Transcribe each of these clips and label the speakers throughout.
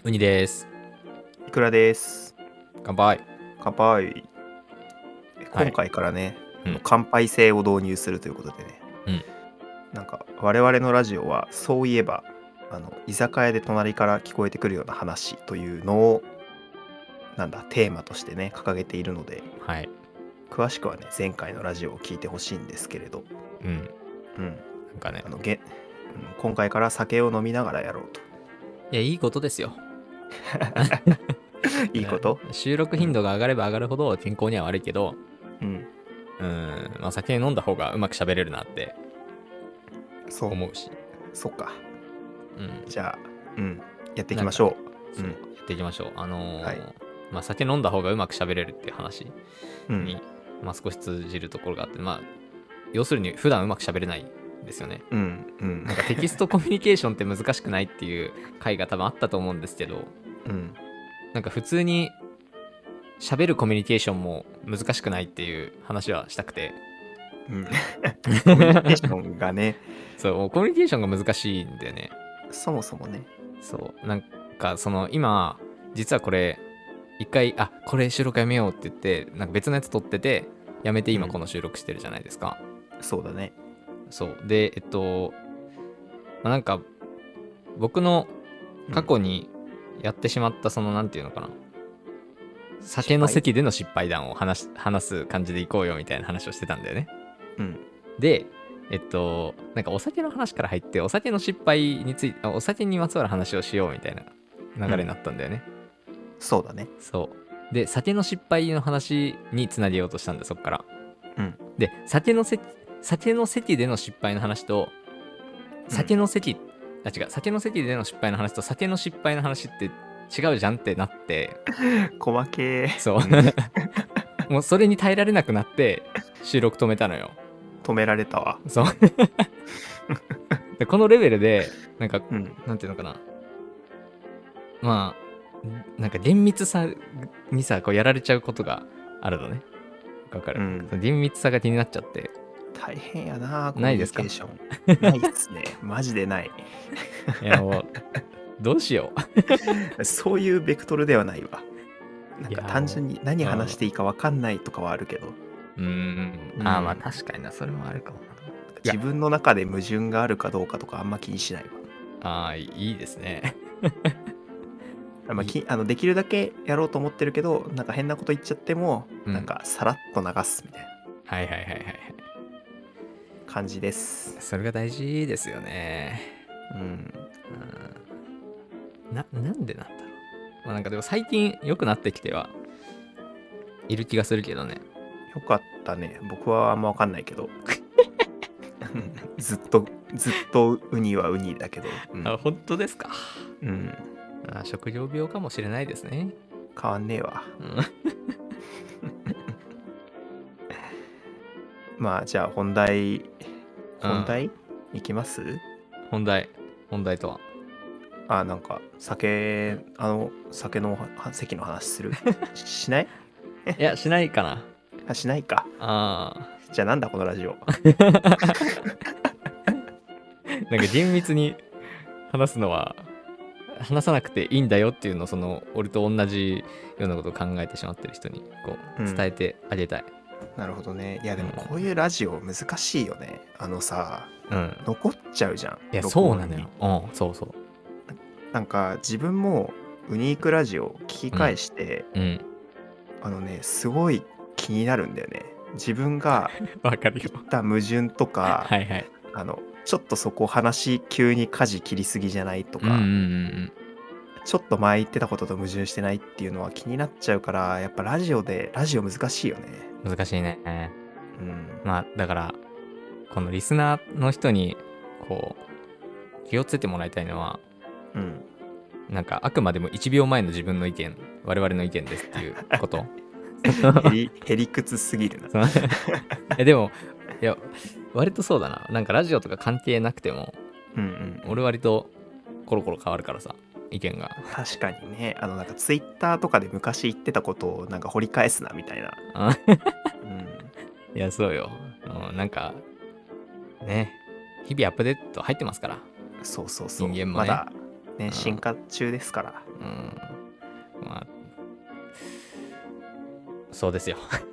Speaker 1: ウニです。
Speaker 2: いくらです。
Speaker 1: 乾杯。
Speaker 2: 乾杯。
Speaker 1: はい。
Speaker 2: 今回からね、
Speaker 1: うん。
Speaker 2: 乾杯制を導入するということでね、
Speaker 1: うん。
Speaker 2: なんか我々のラジオはそういえば、居酒屋で隣から聞こえてくるような話というのを、テーマとしてね、掲げているので、
Speaker 1: はい。
Speaker 2: 詳しくはね、前回のラジオを聞いてほしいんですけれど、
Speaker 1: うん。
Speaker 2: うん、
Speaker 1: なんかね、
Speaker 2: あの、げ、今回から酒を飲みながらやろうと。
Speaker 1: いや、いいことですよ。
Speaker 2: いいこと。
Speaker 1: 収録
Speaker 2: うん、
Speaker 1: 頻度が上がれば上がるほど健康には悪いけど、
Speaker 2: うん、
Speaker 1: まあ酒飲んだ方がうまく喋れるなって
Speaker 2: そう、
Speaker 1: 思うし。
Speaker 2: そっか。
Speaker 1: うん。
Speaker 2: じゃあ、やっていき
Speaker 1: なんかね、
Speaker 2: ましょう。
Speaker 1: そう、やっていきましょう。
Speaker 2: はい。
Speaker 1: まあ酒飲んだ方がうまく喋れるっていう話
Speaker 2: うん、
Speaker 1: に、まあ少し通じるところがあって、まあ、要するに普段うまく喋れないんですよね。
Speaker 2: うん、うん。
Speaker 1: なんかテキストコミュニケーションって難しくないっていう回が多分あったと思うんですけど、
Speaker 2: うん、
Speaker 1: なんか普通に喋るコミュニケーションも難しくないっていう話はしたくて。
Speaker 2: うん。コミュニケーションがね、
Speaker 1: そう、コミュニケーションが難しいんだよね。
Speaker 2: そもそもね。
Speaker 1: そう、なんかその今、実はこれ、一回、これ収録やめようって言って、なんか別のやつ撮ってて、やめて今この収録してるじゃないですか。
Speaker 2: そうだね。
Speaker 1: そう。で、なんか僕の過去にやってしまったその、なんていうのかな。酒の
Speaker 2: 失敗。
Speaker 1: 席での失敗談を話す感じでいこうよみたいな話をしてたんだよね。
Speaker 2: うん。
Speaker 1: で、なんかお酒の話から入って、お酒の失敗について、お酒にまつわる話をしようみたいな流れになったんだよね。
Speaker 2: そうだね。
Speaker 1: そう。で、酒の失敗の話につなげようとしたんだ、そっから。
Speaker 2: うん。
Speaker 1: で、酒の席での失敗の話と、酒の席、違う、酒の席での失敗の話と酒の失敗の話って違うじゃんってなって、
Speaker 2: 細けー。
Speaker 1: そう。もうそれに耐えられなくなって収録止めたのよ。
Speaker 2: 止められたわ。
Speaker 1: そう。でこのレベルで、なんか、
Speaker 2: うん。
Speaker 1: なんていうのかな。まあ、なんか厳密さにさ、こうやられちゃうことがあるのね。わかる。
Speaker 2: うん。
Speaker 1: その厳密さが気になっちゃって。
Speaker 2: 大変やな、コミュ
Speaker 1: ないですか？
Speaker 2: ニケーション。ないっすね。マジでない。
Speaker 1: いや、もう、どうしよ
Speaker 2: そういうベクトルではないわ。
Speaker 1: う。いや、
Speaker 2: 単純に何話してい
Speaker 1: い
Speaker 2: いか分かんないとかはあるけど、
Speaker 1: まあ確かにな、それもあるかもな。いや、
Speaker 2: 自分の中で矛盾があるかどうかとかあんま気にしないわ。
Speaker 1: いいですね。
Speaker 2: まあ、できるだけやろうと思ってるけど、なんか変なこと言っちゃっても、
Speaker 1: うん
Speaker 2: なんかさらっと流すみたいな
Speaker 1: はいはいはいはいはい。
Speaker 2: 感じです。
Speaker 1: それが大事ですよね。
Speaker 2: うん。
Speaker 1: なんでなんだろう。まあなんかでも最近良くなってきてはいる気がするけどね。
Speaker 2: よかったね。僕はあんまわかんないけど。ずっと、ずっとウニはウニだけど。
Speaker 1: 本当ですか。
Speaker 2: うん。
Speaker 1: 職業病かもしれないですね。
Speaker 2: 変わんねえわ。まあ、じゃあ本題いきます？
Speaker 1: 本題とは。
Speaker 2: なんか、酒の席の話するしない？
Speaker 1: いや、しないかな。
Speaker 2: しないか。じゃあなんだこのラジオ。
Speaker 1: なんか厳密に話すのは、話さなくていいんだよっていうのを、その、俺と同じようなことを考えてしまってる人に、こう、伝えてあげたい。
Speaker 2: なるほどね。いやでもこういうラジオ難しいよね。残っちゃうじゃん。
Speaker 1: いや、そうなのよ。そうそう。
Speaker 2: なんか自分もウニークラジオ聞き返して、すごい気になるんだよね。自分が
Speaker 1: わかるよ。
Speaker 2: 言った矛盾とか、
Speaker 1: はいはい。
Speaker 2: ちょっとそこ話急に舵切りすぎじゃないとか、ちょっと前言ってたことと矛盾してないっていうのは気になっちゃうから、やっぱラジオ難しいよね。
Speaker 1: 難しいね。まあ、だから、このリスナーの人に、こう、気をつけてもらいたいのは、なんか、あくまでも1秒前の自分の意見、我々の意見ですっていうこと。
Speaker 2: へりくつすぎるな。
Speaker 1: でも、いや、割とそうだな。なんかラジオとか関係なくても、俺割とコロコロ変わるからさ、意見が。
Speaker 2: 確かにね。なんかツイッターとかで昔言ってたことをなんか掘り返すなみたいな。
Speaker 1: いや、そうよ。なんか、ね、日々アップデート入ってますから。
Speaker 2: そうそうそう。
Speaker 1: 人間もね。
Speaker 2: ね、進化中ですから。
Speaker 1: まあそうですよ。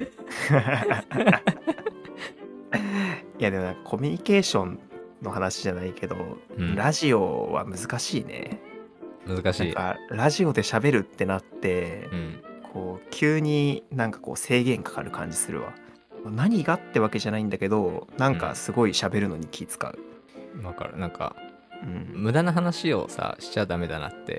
Speaker 2: いやでもなんかコミュニケーションの話じゃないけど、ラジオは難しいね。
Speaker 1: 難しい。
Speaker 2: なんかラジオで喋るってなって、こう急になんかこう制限かかる感じするわ。何がってわけじゃないんだけど、なんかすごい喋るのに気使う。
Speaker 1: わかる。なんか、無駄な話をさしちゃダメだなって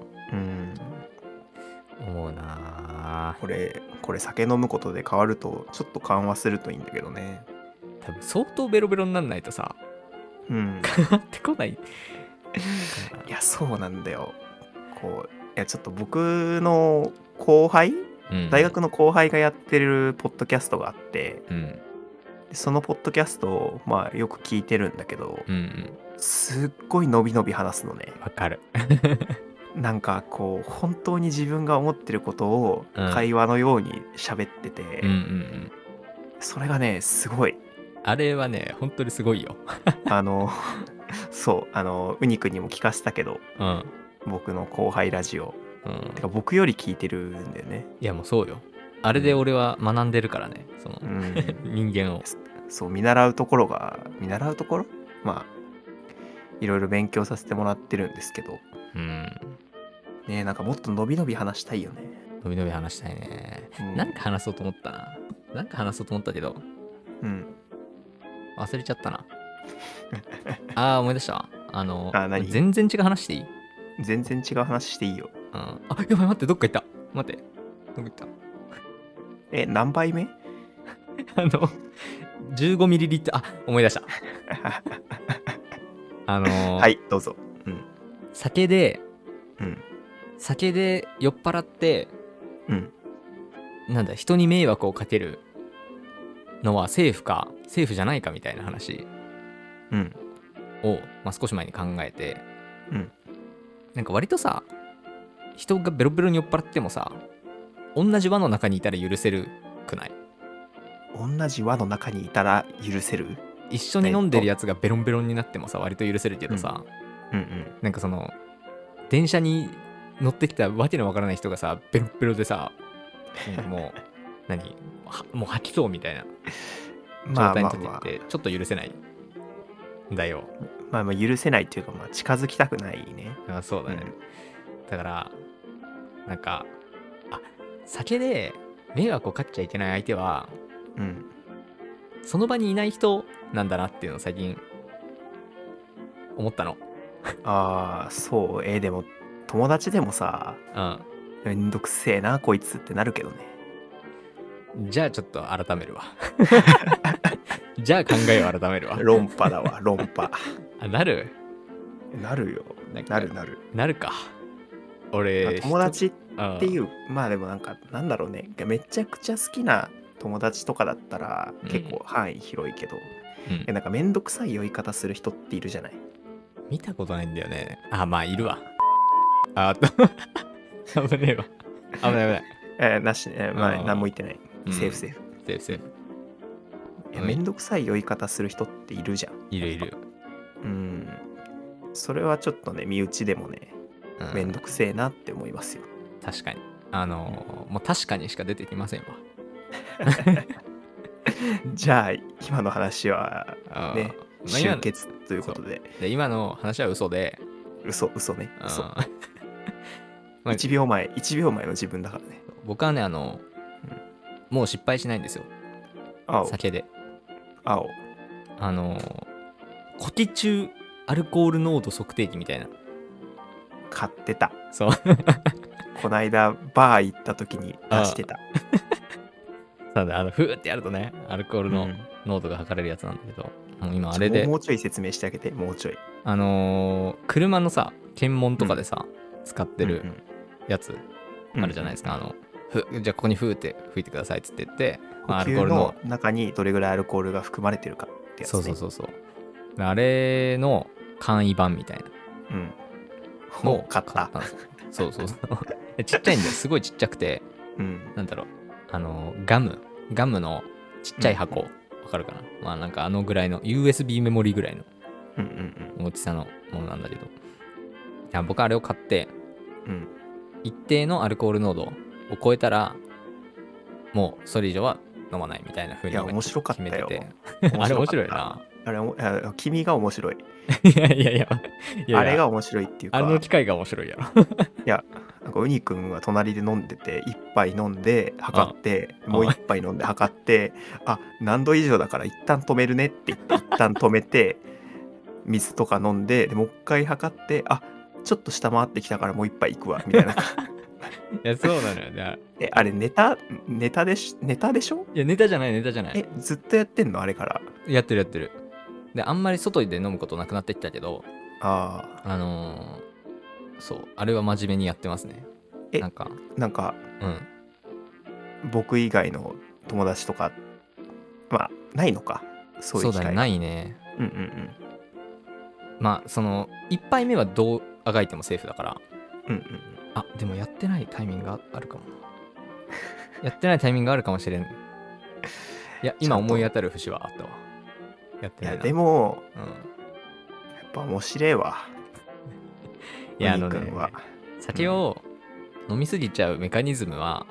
Speaker 1: 思うな。
Speaker 2: これ酒飲むことで変わるとちょっと緩和するといいんだけどね。
Speaker 1: 多分相当ベロベロになんないとさ変わってこない。
Speaker 2: いやそうなんだよ。こういやちょっと僕の後輩、大学の後輩がやってるポッドキャストがあって、そのポッドキャストをまあよく聞いてるんだけど、すっごい伸び伸び話すのね。
Speaker 1: わかる。
Speaker 2: なんかこう本当に自分が思ってることを会話のように喋ってて、それがねすごい。
Speaker 1: あれはね本当にすごいよ。
Speaker 2: そうウニくんにも聞かせたけど、僕の後輩ラジオ、てか僕より聞いてるんだよね。
Speaker 1: いやもうそうよ。あれで俺は学んでるからね、その人間を。
Speaker 2: そう見習うところまあいろいろ勉強させてもらってるんですけど、ね、なんかもっと伸び伸び話したいよね。
Speaker 1: 伸び伸び話したいね。なんか話そうと思ったな。なんか話そうと思ったけど、忘れちゃったな。思い出した。
Speaker 2: 何？
Speaker 1: 全然違う話していい？
Speaker 2: 全然違う話していいよ。
Speaker 1: やばい、待って、どっか行った。待って、どこ行った？
Speaker 2: 何杯目
Speaker 1: ？15ミリリットル。思い出した。
Speaker 2: はい、どうぞ。
Speaker 1: 酒で酔っ払って、なんだ、人に迷惑をかけるのはセーフか、セーフじゃないかみたいな話を、少し前に考えて、なんか割とさ、人がベロベロに酔っ払ってもさ、同じ輪の中にいたら許せるくない？
Speaker 2: 同じ輪の中にいたら許せる？
Speaker 1: 一緒に飲んでるやつがベロンベロンになってもさ割と許せるけどさ、なんかその電車に乗ってきたわけのわからない人がさベロベロでさ、もうもう吐きそうみたいな状態の時ってちょっと許せないんだよ。
Speaker 2: まあ許せないっていうか、近づきたくないね。
Speaker 1: そうだね。だからなんか酒で迷惑をかけちゃいけない相手は、その場にいない人なんだなっていうのを最近思ったの。
Speaker 2: そう。でも友達でもさ、めんどくせえなこいつってなるけどね。
Speaker 1: じゃあちょっと改めるわ。じゃあ考えを改めるわ。
Speaker 2: 論破だわ、論破。
Speaker 1: なる
Speaker 2: よ。なるか。
Speaker 1: 俺、
Speaker 2: 友達っていう、でもなんだろうね。めちゃくちゃ好きな友達とかだったら結構範囲広いけど、なんかめんどくさい酔い方する人っているじゃない。
Speaker 1: 見たことないんだよね。いるわ。危ねえわ。危ない。
Speaker 2: なしね。何も言ってない。セーフ。
Speaker 1: セーフ。
Speaker 2: めんどくさい酔い方する人っているじゃん。
Speaker 1: いる。
Speaker 2: それはちょっとね、身内でもね、めんどくせえなって思いますよ。
Speaker 1: 確かに。もう確かにしか出てきませんわ。
Speaker 2: じゃあ今の話はね、終結ということで。
Speaker 1: 今の話は嘘で。
Speaker 2: 嘘ね。嘘。1秒前の自分だからね。
Speaker 1: 僕はね、もう失敗しないんですよ。酒で。呼気中アルコール濃度測定器みたいな。
Speaker 2: 買ってた。
Speaker 1: そう。
Speaker 2: こないだバー行った時に出してた。
Speaker 1: そうだ、ふーってやるとね、アルコールの濃度が測れるやつなんだけど、もう今あれで。
Speaker 2: もうちょい説明してあげて、もうちょい。
Speaker 1: 車のさ、検問とかでさ、使ってるやつあるじゃないですか。じゃあここにふーって吹いてくださいっつって言って、
Speaker 2: アルコールの中にどれぐらいアルコールが含まれてるかってやつね。
Speaker 1: そう。あれの簡易版みたいなのを買ったんです。そう。ちっちゃいんだよ。すごいちっちゃくて、なんだろう。ガムのちっちゃい箱、わかるかな？なんかぐらいの USB メモリーぐらいの大きさのものなんだけど、 や僕あれを買って、
Speaker 2: うん、
Speaker 1: 一定のアルコール濃度を超えたらもうそれ以上は飲まないみたいな風に
Speaker 2: 面白かったよ。
Speaker 1: あれ面白いな。
Speaker 2: あれ君が面白い。
Speaker 1: いやいやいや
Speaker 2: あれが面白いっていうか、
Speaker 1: あの機械が面白いやろ。
Speaker 2: いやなんかウニ君は隣で飲んでて1杯飲んで測ってもう1杯飲んで測って何度以上だから一旦止めるねって言って一旦止めて水とか飲んでもう一回測ってちょっと下回ってきたからもう1杯いくわみたいな。い
Speaker 1: やそうなのよね。
Speaker 2: あれネタでしょ？
Speaker 1: いやネタじゃない
Speaker 2: ずっとやってんのあれから。
Speaker 1: やってるであんまり外で飲むことなくなってきたけどそうあれは真面目にやってますね。なんか
Speaker 2: 僕以外の友達とかないのかそういう機会。
Speaker 1: そうだねないね。
Speaker 2: うんうんうん。
Speaker 1: まあその1杯目はどうあがいてもセーフだから。
Speaker 2: うんうん。
Speaker 1: でもやってないタイミングがあるかも。やってないタイミングがあるかもしれん。いや今思い当たる節はあったわ。やってないな。
Speaker 2: でも、やっぱ面白いわ。
Speaker 1: いや酒を飲みすぎちゃうメカニズムは、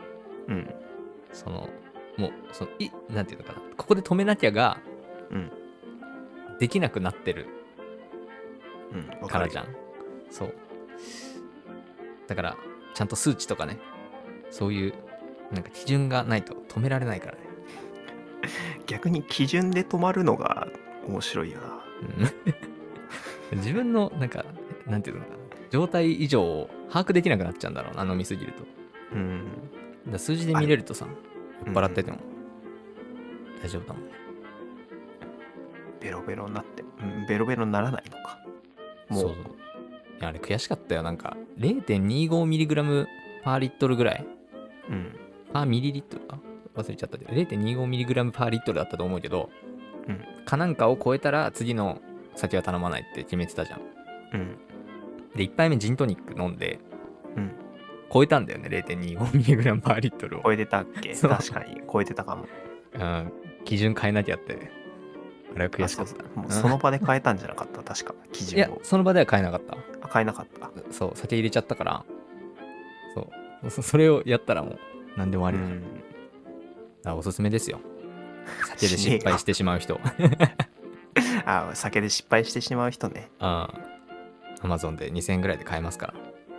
Speaker 1: もうなんていうのかな、ここで止めなきゃが、できなくなってるからじゃん。そうだからちゃんと数値とかね、そういうなんか基準がないと止められないからね。
Speaker 2: 逆に基準で止まるのが面白いよな。
Speaker 1: 自分のなんていうのかな、状態異常を把握できなくなっちゃうんだろうな、飲みすぎると。だ数字で見れるとさ、酔っ払ってても大丈夫だもんね。
Speaker 2: ベロベロになって、ベロベロにならないのか。もう
Speaker 1: そういやあれ悔しかったよ。なんか 0.25mg パーリットルぐらい、パーミリリットルか忘れちゃったけど 0.25mg パーリットルだったと思うけど、かなんかを超えたら次の酒は頼まないって決めてたじゃん。で1杯目ジントニック飲んで、超えたんだよね 0.25mg パーリットルを。
Speaker 2: 超えてたっけ？確かに超えてたかも。
Speaker 1: 基準変えなきゃって。あれは悔しかった。
Speaker 2: もうその場で変えたんじゃなかった確か基準を。
Speaker 1: いやその場では変えなかった。
Speaker 2: 変えなかった。
Speaker 1: そう酒入れちゃったから、それをやったらもう何でもありだ。おすすめですよ、酒で失敗してしまう人。
Speaker 2: 酒で失敗してしまう人ね。
Speaker 1: Amazon で2000円ぐらいで買えますから。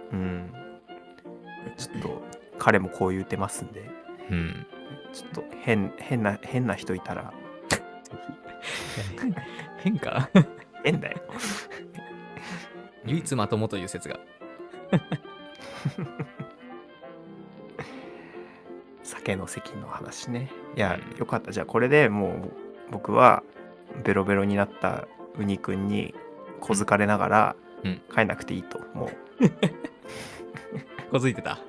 Speaker 2: ちょっと彼もこう言ってますんで、ちょっと変な人いたら
Speaker 1: 変か。
Speaker 2: 変だよ。
Speaker 1: 唯一まともという説が。
Speaker 2: 酒の席の話ね。いやよかった。じゃあこれでもう僕はベロベロになったウニくんに小づかれながら帰んなくていいと。もう
Speaker 1: 小づいてた。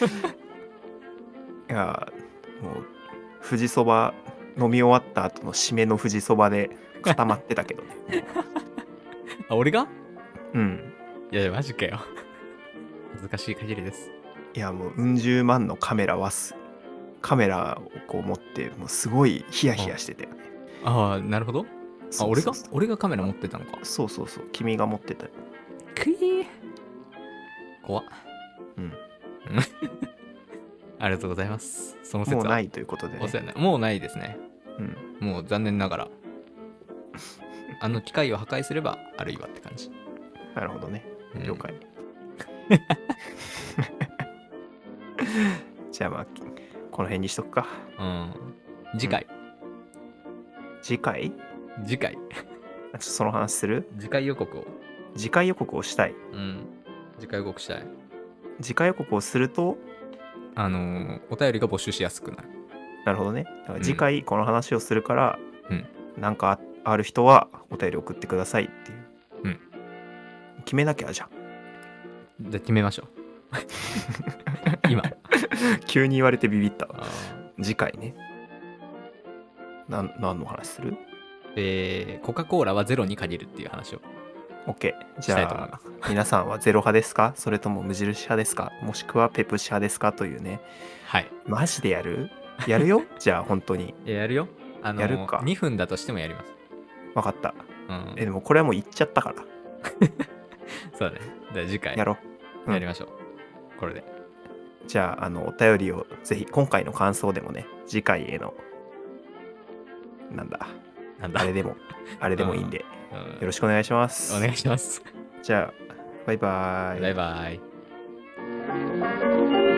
Speaker 2: いやもう富士そば飲み終わった後の締めの富士そばで固まってたけどね。
Speaker 1: 俺が？
Speaker 2: い
Speaker 1: やマジかよ。恥ずかしい限りです。
Speaker 2: いやもううん十万のカメラをこう持ってもうすごいヒヤヒヤしてたよね。
Speaker 1: なるほど。俺がカメラ持ってたのか。
Speaker 2: そう君が持ってた。
Speaker 1: 怖っ。ありがとうございます。その説は
Speaker 2: もうないということでね。
Speaker 1: もうないですね。もう残念ながらあの機械を破壊すればあるいはって感じ。
Speaker 2: なるほどね、了解。じゃあこの辺にしとくか。
Speaker 1: 次回
Speaker 2: その話する？
Speaker 1: 次回予告を
Speaker 2: したい。
Speaker 1: 次回予告したい。
Speaker 2: 次回予告をすると
Speaker 1: お便りが募集しやすくなる。
Speaker 2: なるほどね。だから次回この話をするから、なんかある人はお便り送ってくださいっていう。決めなきゃじゃん。
Speaker 1: じゃあ決めましょう。今
Speaker 2: 急に言われてビビったわ。次回ね。何の話する？
Speaker 1: コカ・コーラはゼロに限るっていう話を。
Speaker 2: OK。じゃあ皆さんはゼロ派ですか？それとも無印派ですか？もしくはペプシ派ですか？というね。
Speaker 1: はい。
Speaker 2: マジでやるよ。じゃあ本当に。
Speaker 1: やるよ。
Speaker 2: やるか。
Speaker 1: 2分だとしてもやります。
Speaker 2: 分かった。でもこれはもう言っちゃったから。
Speaker 1: そうだね。じゃあ次回
Speaker 2: やろう。
Speaker 1: やりましょう。これで。
Speaker 2: じゃあ、お便りをぜひ、今回の感想でもね、次回への、なんだ、あれでもいいんで、よろしくお願いします。
Speaker 1: お願いします。
Speaker 2: じゃあ、バイバーイ。
Speaker 1: バイバイ。